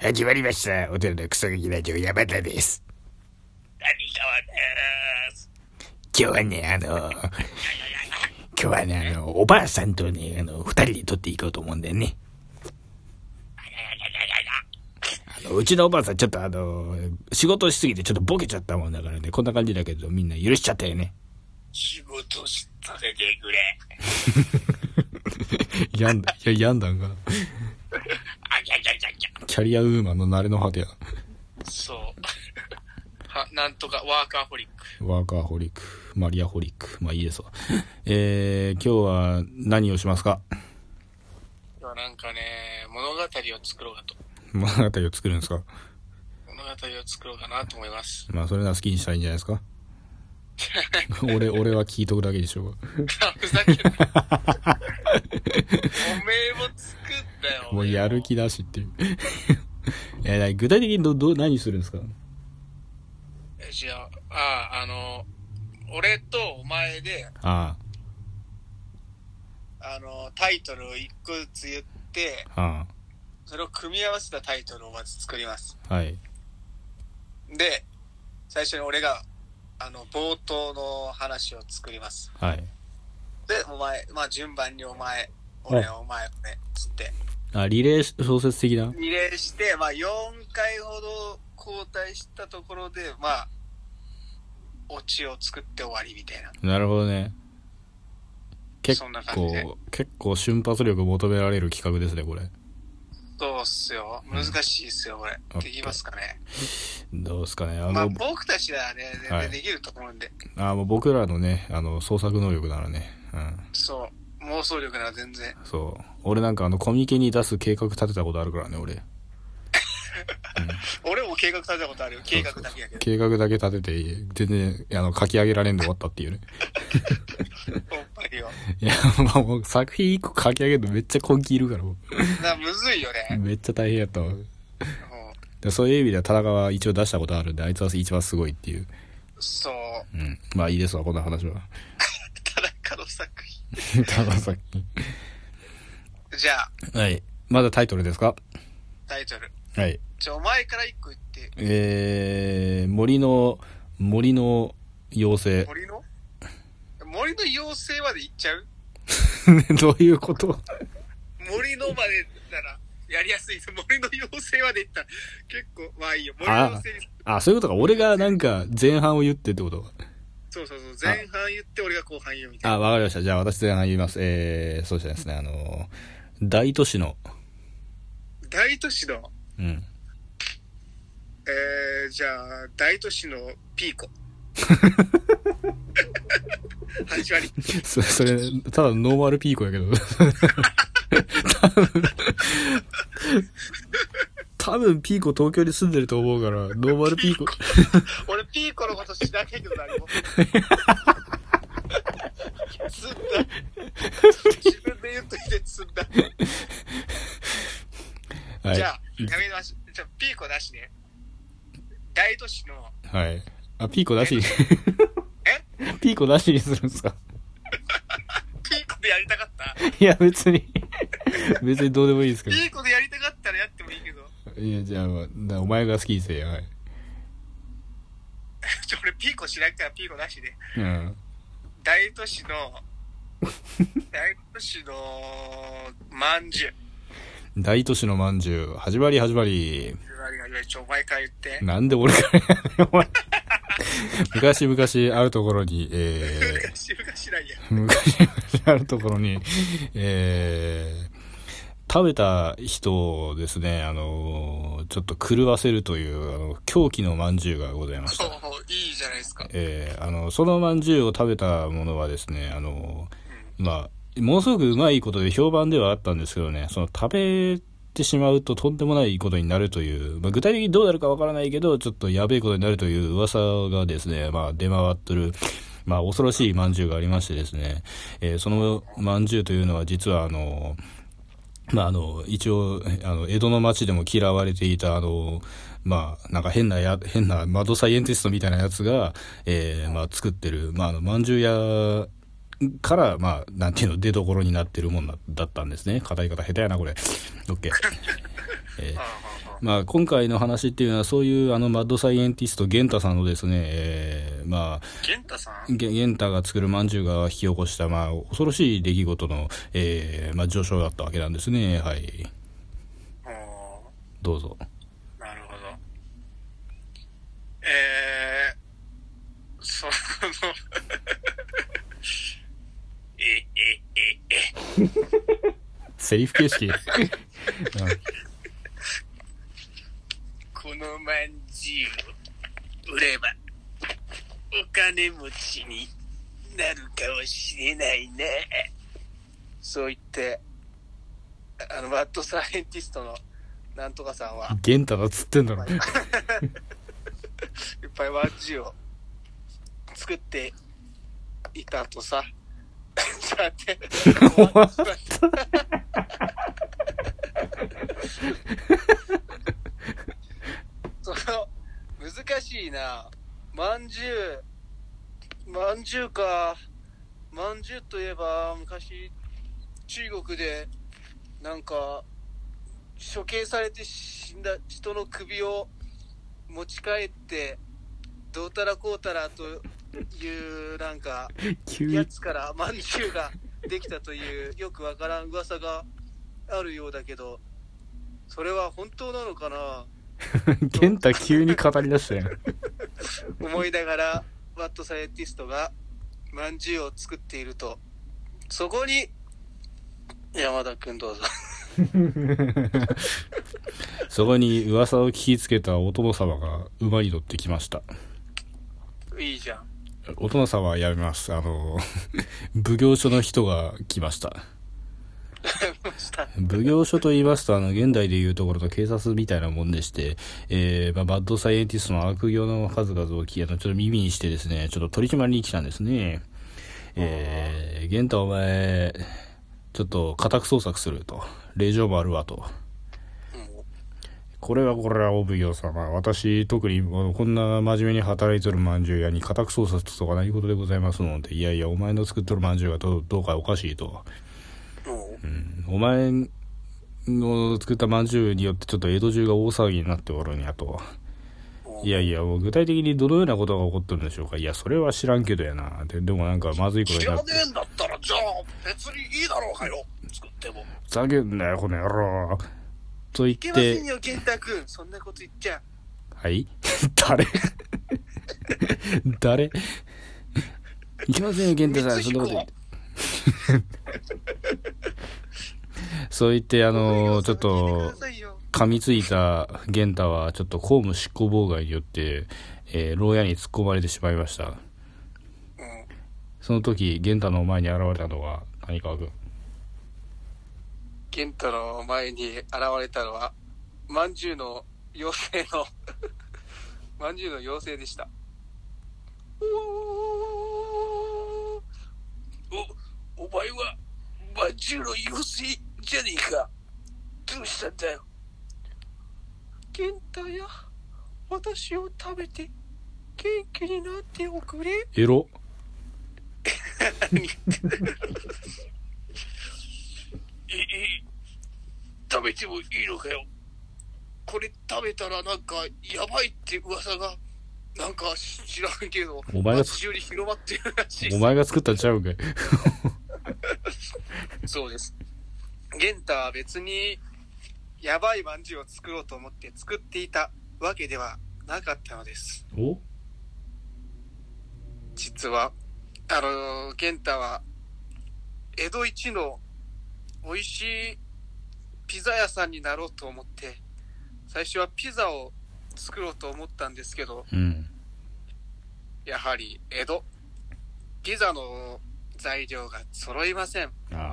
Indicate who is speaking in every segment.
Speaker 1: 始まりました。お寺のクソガキラジオ山田です。
Speaker 2: 谷川です。
Speaker 1: 今日はね、おばあさんとね、二人で撮っていこうと思うんだよね。うちのおばあさんちょっと仕事しすぎてちょっとボケちゃったもんだからね、こんな感じだけどみんな許しちゃったよね。
Speaker 2: 仕事させてくれ。
Speaker 1: 病んだんか。キャリアウーマンの慣れの果てや。
Speaker 2: そう。なんとかワーカーホリック。
Speaker 1: マリアホリック。まあいいですわ。今日は何をしますか？
Speaker 2: 今日はなんかね、物語を作ろうかと。
Speaker 1: 物語を作るんですか？
Speaker 2: 物語を作ろうかなと思います。
Speaker 1: まあそれなら好きにしたらいいんじゃないですか？俺は聞いとくだけでしょうが。
Speaker 2: ふざけんな。おめえも作ったよ。
Speaker 1: もうやる気だしっていう。具体的に何するんですか？
Speaker 2: じゃあ、俺とお前で、タイトルを一個ずつ言って、それを組み合わせたタイトルをまず作ります。
Speaker 1: はい。
Speaker 2: で、最初に俺が、冒頭の話を作ります。
Speaker 1: はい。
Speaker 2: で、お前、まあ順番にお前、俺、つって。
Speaker 1: リレー小説的な？
Speaker 2: リレーして、まあ4回ほど交代したところで、まあ、オチを作って終わりみたいな。
Speaker 1: なるほどね。
Speaker 2: そんな感じで。
Speaker 1: 結構瞬発力求められる企画ですね、これ。
Speaker 2: そうっすよ。難しいっすよ、これ。できますかね。
Speaker 1: どうっすかね。
Speaker 2: まあ僕たちならね、全然できると思うんで。
Speaker 1: もう僕らのね、創作能力ならね。
Speaker 2: そう。妄想力なら全然。
Speaker 1: そう。俺なんかコミュニケに出す計画立てたことあるからね、俺。
Speaker 2: 俺も計画立てたことあるよ。計画だけやけど。
Speaker 1: 計画だけ立てて、全然、書き上げられんで終わったっていうね。
Speaker 2: ほんまによ。
Speaker 1: いや、もう作品一個書き上げるのめっちゃ根気いるから、もう。
Speaker 2: むずいよね。
Speaker 1: めっちゃ大変やったわ。そういう意味では田中は一応出したことあるんで、あいつは一番すごいっていう。
Speaker 2: そう。
Speaker 1: まあいいですわ、こんな話は。
Speaker 2: 田中の作品。
Speaker 1: 田中作品。じゃあ。はい。まだタイトルですか？
Speaker 2: タイトル。
Speaker 1: はい。
Speaker 2: お前から一個言って。
Speaker 1: 森の妖精。
Speaker 2: 森の妖精まで行っちゃう？
Speaker 1: どういうこと？
Speaker 2: 森のまでならやりやすい。森の妖精まで行ったら結構まあいいよ。森の妖精に。
Speaker 1: そういうことか。俺がなんか前半を言ってってこと？
Speaker 2: そう。前半言って俺が後半言うみたいな。
Speaker 1: わかりました。じゃあ私前半言います。そうですね。大都市の。
Speaker 2: じゃあ大都市のピーコ。始まり。
Speaker 1: それただノーマルピーコやけど。多分ピーコ東京に住んでると思うからノーマルピーコ。
Speaker 2: 俺ピーコのこと知らないけど何も。積んだ。自分で言うといて積んだ。はい、じゃあやめましょう。じゃあピーコなしね。大都市の。
Speaker 1: はい。ピーコなし。ピーコなしにするんですか？
Speaker 2: ピーコでやりたかった？
Speaker 1: いや別にどうでもいいですけど。
Speaker 2: ピーコでやりたかったらやってもいいけど。
Speaker 1: いやじゃあ、お前が好きにせえや。はい。
Speaker 2: 俺ピーコ知らんからピーコなしで。大都市のまんじゅう。
Speaker 1: 大都市のまんじゅう。始まり。お前
Speaker 2: から言って。
Speaker 1: なんで俺からやねん、お前。昔あるところに、
Speaker 2: 昔
Speaker 1: あるところに、食べた人をですね、ちょっと狂わせるという、狂気のまんじゅうがございました。
Speaker 2: いいじゃないですか。
Speaker 1: そのまんじゅうを食べたものはですね、まあ、ものすごくうまいことで評判ではあったんですけどね、食べてしまうととんでもないことになるという、具体的にどうなるかわからないけど、ちょっとやべえことになるという噂がですね、出回ってる、恐ろしいまんじゅうがありましてですね、そのまんじゅうというのは実は一応、江戸の町でも嫌われていた、なんか変なマドサイエンティストみたいなやつが、作ってる、まんじゅう屋から、なんていうの、出所になってるもんだったんですね。語り方下手やな、これ。オッケー。 まあ、今回の話っていうのはそういうマッドサイエンティストゲンタさんのですね、まあ、
Speaker 2: ゲンタさん
Speaker 1: ゲンタが作るまんじゅうが引き起こした、まあ、恐ろしい出来事の、まあ、上昇だったわけなんですね。はい。どうぞ。
Speaker 2: なるほど。その
Speaker 1: セリフ形式。
Speaker 2: このまんじゅう売ればお金持ちになるかもしれないね。そう言ってマッドサイエンティストのなんとかさんは
Speaker 1: ゲンタだっつってんだろ。
Speaker 2: いっぱいまんじゅうを作っていたとさ。さてその難しいな。まんじゅうか。まんじゅうといえば昔中国でなんか処刑されて死んだ人の首を持ち帰ってどうたらこうたらというなんかやつからまんじゅうができたというよくわからん噂があるようだけど、それは本当なのかな。
Speaker 1: ゲンタ急に語り出したよ。
Speaker 2: 思いながらマッドサイエンティストがまんじゅうを作っていると、そこに山田くんどうぞ。
Speaker 1: そこに噂を聞きつけたお殿様が馬に乗ってきました。
Speaker 2: いいじゃん。
Speaker 1: お殿様はやめます。奉行所の人が来ました。奉行所と言いますと現代でいうところの警察みたいなもんでして、まあ、バッドサイエンティストの悪行の数々をちょっと耳にしてですね、ちょっと取り締まりに来たんですね。ゲンタお前ちょっと家宅捜索すると、令状もあるわと。これはお奉行様、私特にこんな真面目に働いてるまんじゅう屋に家宅捜索とか何事でございますので、いやいやお前の作ってるまんじゅうがどうかおかしいと。お前の作ったまんじゅうによってちょっと江戸中が大騒ぎになっておるんやと。いやいや、もう具体的にどのようなことが起こってるんでしょうか。いや、それは知らんけどやな。でもなんかまずいことになって。
Speaker 2: 知らねえんだったら、じゃあ別にいいだろうかよ。作っても。
Speaker 1: ふざけんなよ、この野郎。と言って。
Speaker 2: いけませんよ、健太君。そんなこと言っちゃ。
Speaker 1: はい誰いけませんよ、健太さん。そんなこと言って。そう言って、ちょっと、噛みついたゲンタは、ちょっと公務執行妨害によって、牢屋に突っ込まれてしまいました。その時、ゲンタの前に現れたのは、何か君。
Speaker 2: ゲンタの前に現れたのは、まんじゅうの妖精の、まんじゅうの妖精でした。お前は、まんじゅうの妖精じゃねえか。どうしたんだよ。ゲンタや、私を食べて元気になっておくれ。
Speaker 1: エロ。
Speaker 2: 食べてもいいのかよ。これ食べたらなんかやばいって噂がなんか知らんけど、
Speaker 1: お前が
Speaker 2: 中に広まってるらしい。
Speaker 1: お前が作ったんちゃうんかい。
Speaker 2: そうです。ゲンタは別にやばいまんじゅうを作ろうと思って作っていたわけではなかったのです。
Speaker 1: お？
Speaker 2: 実はゲンタは江戸一の美味しいピザ屋さんになろうと思って最初はピザを作ろうと思ったんですけど、やはり江戸ピザの材料が揃いません。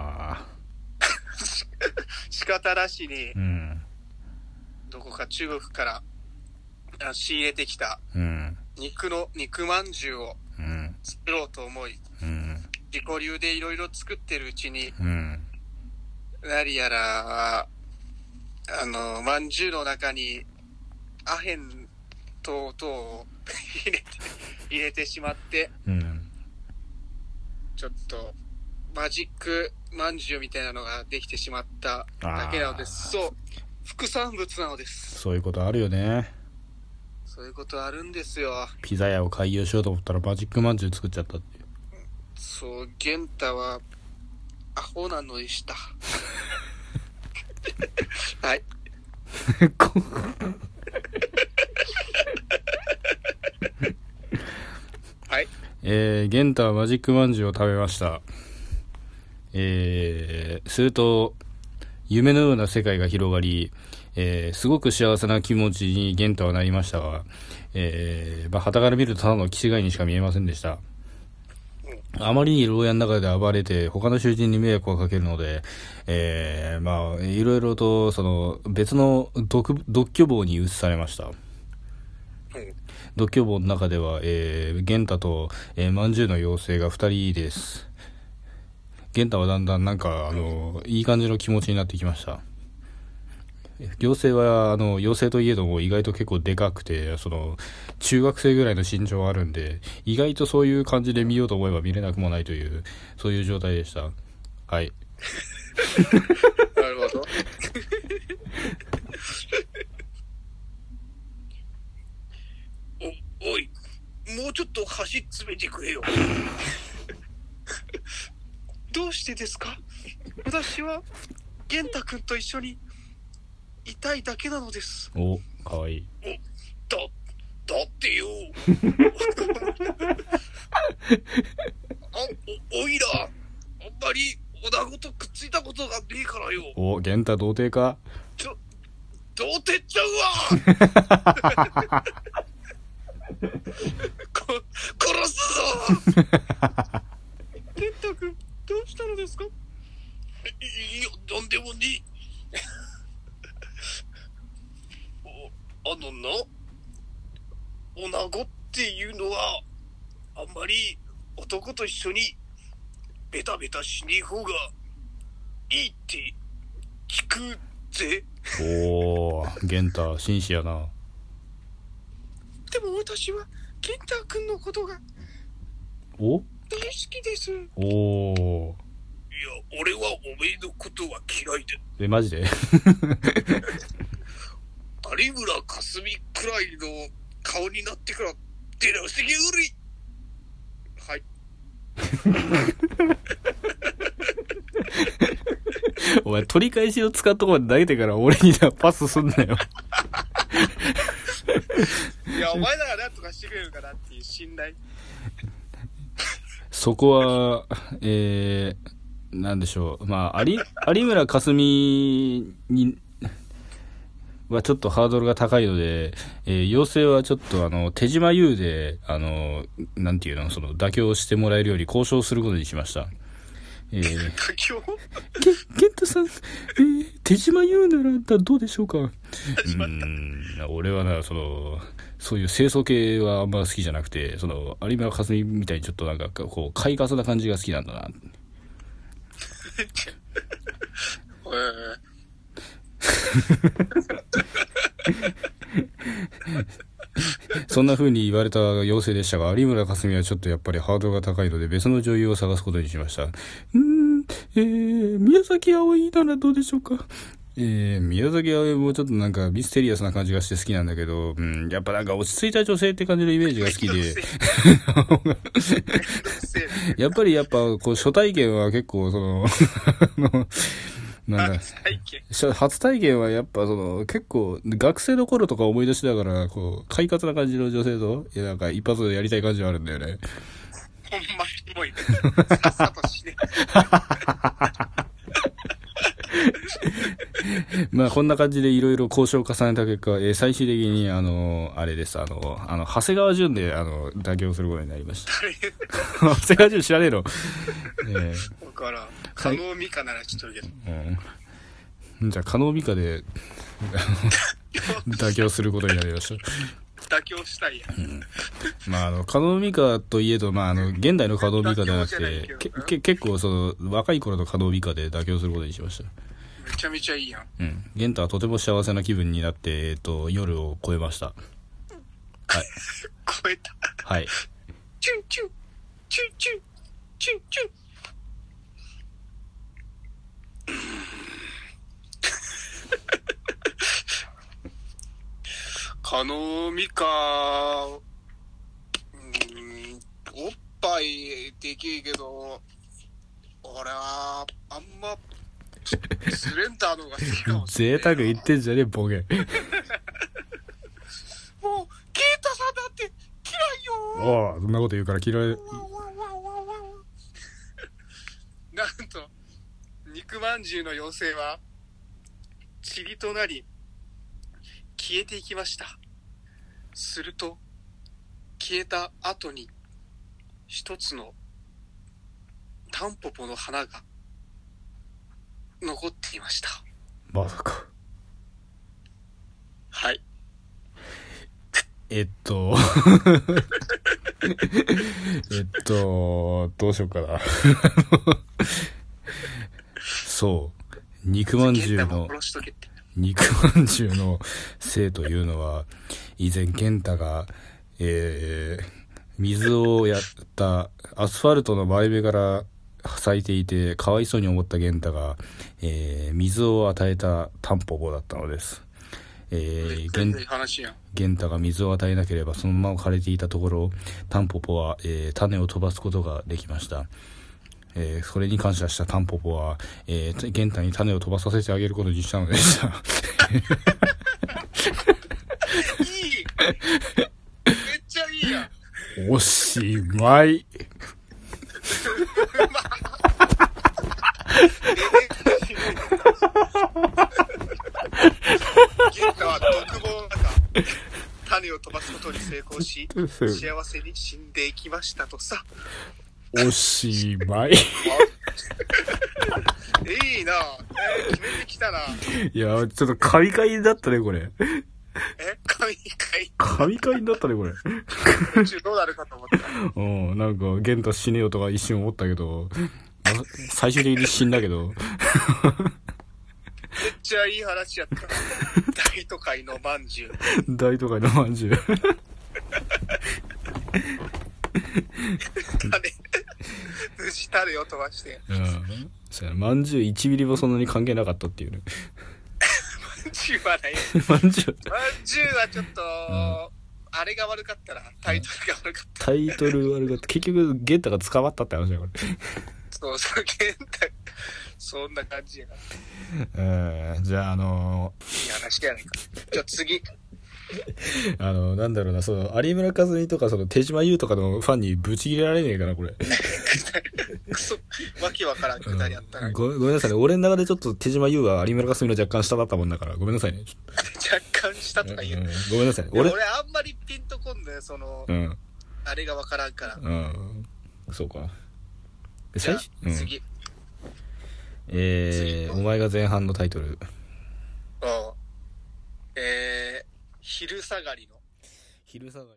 Speaker 2: 仕方なしに、どこか中国から仕入れてきた肉まんじゅうを作ろうと思い、自己流でいろいろ作ってるうちに、何やらまんじゅうの中にアヘン等々を入れてしまって、ちょっとマジックまんじゅうみたいなのができてしまっただけなのです。そう、 副産物なのです。
Speaker 1: そういうことあるよね。
Speaker 2: そういうことあるんですよ。
Speaker 1: ピザ屋を開業しようと思ったらマジックまんじゅう作っちゃったっていう。
Speaker 2: そう、ゲンタはアホなのでした。はい。はい。
Speaker 1: ゲンタはマジックまんじゅうを食べました。すると夢のような世界が広がり、すごく幸せな気持ちにゲンタはなりましたが、傍から見るとただの気違いにしか見えませんでした。あまりに牢屋の中で暴れて他の囚人に迷惑をかけるので、いろいろとその別の独居房に移されました。独居房の中では、ゲンタと、まんじゅうの妖精が2人です。ゲンタはだんだんなんかいい感じの気持ちになってきました。妖精は妖精といえども意外と結構でかくて、その中学生ぐらいの身長があるんで、意外とそういう感じで見ようと思えば見れなくもないという、そういう状態でした。はい。
Speaker 2: なるほど。おい、もうちょっと端詰めてくれよ。どうしてですか？私はゲンタ君と一緒にいたいだけなのです。
Speaker 1: お、かわいい。
Speaker 2: だってよ。おいら、あんまりおだごとくっついたことがねえからよ。
Speaker 1: お、ゲンタ童貞か？
Speaker 2: 童貞ちゃうわ。殺すぞ。ゲンタ君、どうしたのですか？いや、なんでもねえ。おなごっていうのはあんまり男と一緒にベタベタしねえ方がいいって聞くぜ。
Speaker 1: おー、ゲンタ紳士やな。
Speaker 2: でも私はゲンタ君のことが
Speaker 1: お
Speaker 2: 大好きです。
Speaker 1: おー。
Speaker 2: いや、俺はおめえのことは嫌いで。
Speaker 1: マジで？
Speaker 2: 有村架純くらいの顔になってから出直してけうり。はい。
Speaker 1: お前取り返しを使うとこまで投げてから俺にパスすんなよ。
Speaker 2: いや、お前ならなんとかしてくれるかなっていう信頼。
Speaker 1: そこはなんでしょう、まあ有村架純にはちょっとハードルが高いので、妖精はちょっと手島優でなんていうの、その妥協してもらえるように交渉することにしました。
Speaker 2: 妥協？
Speaker 1: ゲンタさん、手島優ならどうでしょうか？俺はな、そういう清楚系はあんま好きじゃなくて、有村架純みたいにちょっとなんかこう快活な感じが好きなんだな。そんな風に言われた妖精でしたが、有村架純はちょっとやっぱりハードルが高いので別の女優を探すことにしました。宮崎あおいならどうでしょうか？宮崎あおいもちょっとなんかミステリアスな感じがして好きなんだけど、やっぱなんか落ち着いた女性って感じのイメージが好きでやっぱこう初体験は結構なんだ初体験はやっぱ結構学生の頃とか思い出しながらこう快活な感じの女性となんか一発でやりたい感じはあるんだよね。
Speaker 2: ほんまにもいさっさとしね。
Speaker 1: まあこんな感じでいろいろ交渉を重ねた結果、最終的にあれです、長谷川潤で妥協することになりました。長谷川潤知らねえの？
Speaker 2: だから加納美香なら知っとるけど、
Speaker 1: じゃあ加納美香で妥協することになりました。
Speaker 2: 妥協したいや。
Speaker 1: まあ加納美香といえど、まあ現代の加納美香ではなくて、結構若い頃の加納美香で妥協することにしました。
Speaker 2: めちゃめちゃいいやん。
Speaker 1: ゲンタはとても幸せな気分になって、夜を越えました。はい。
Speaker 2: 越えた。
Speaker 1: はい。
Speaker 2: チュンチュンチュンチュンチュンチュン。 カノミか、おっぱいできいけど、俺は、あんま、スレンダーの方が好きかもしれない。
Speaker 1: 贅沢言ってんじゃねえ、ボケ。
Speaker 2: もう、ケイタさんだって嫌いよ。
Speaker 1: おお、そんなこと言うから嫌い。
Speaker 2: なんと、肉まんじゅうの妖精は、塵となり、消えていきました。すると、消えた後に、一つのタンポポの花が残っていました。
Speaker 1: まさか。
Speaker 2: はい。
Speaker 1: どうしようかな。そう。肉まんじゅうのせいというのは、以前健太が、水をやったアスファルトの前目から咲いていてかわいそうに思った健太が、水を与えたタンポポだったのです。健太が水を与えなければそのまま枯れていたところ、タンポポは、種を飛ばすことができました。それに感謝したタンポポは、健太に種を飛ばさせてあげることにしたのでした。
Speaker 2: いい、めっちゃいいや。
Speaker 1: おしまい。
Speaker 2: 健太は独房の中、種を飛ばすことに成功し、幸せに死んでいきましたとさ。
Speaker 1: おしまい。
Speaker 2: いいな、決めてきたな。
Speaker 1: いや、ちょっと神回だったね、これ。神回だったね、これ。
Speaker 2: どうなるかと思った。
Speaker 1: うん、なんか、玄太死ねよとか一瞬思ったけど、最終的に死んだけど。
Speaker 2: めっちゃいい話やった。大都会のまんじゅう。
Speaker 1: 大都会のまんじゅう。種を飛ばして。うん。そうやな、まんじゅう1ミリもそんなに関係なかったっていうね。
Speaker 2: まんじゅうはない。
Speaker 1: まんじゅう
Speaker 2: はちょっと、あれが悪かったな。タイトルが悪かった。
Speaker 1: タイトル悪かった。結局、ゲンタが捕まったって話だよ、これ。
Speaker 2: そう、ゲンタ、そんな感じやな。
Speaker 1: じゃあ、
Speaker 2: いい話やないか。じゃあ次。
Speaker 1: なんだろうな、有村架純とか、手島優とかのファンにブチ切れられねえかな、これ。
Speaker 2: クソ、わけわからんくだりあったな。
Speaker 1: ごめんなさいね。俺の中でちょっと手島優は有村架純の若干下だったもんだから、ごめんなさいね。
Speaker 2: 若干下とか言う。
Speaker 1: ごめんなさいね。
Speaker 2: 俺あんまりピンとこんのよ、あれがわからんから。
Speaker 1: そうか。
Speaker 2: じゃあ、次。
Speaker 1: お前が前半のタイトル。
Speaker 2: 昼下がりの。
Speaker 1: 昼下がり。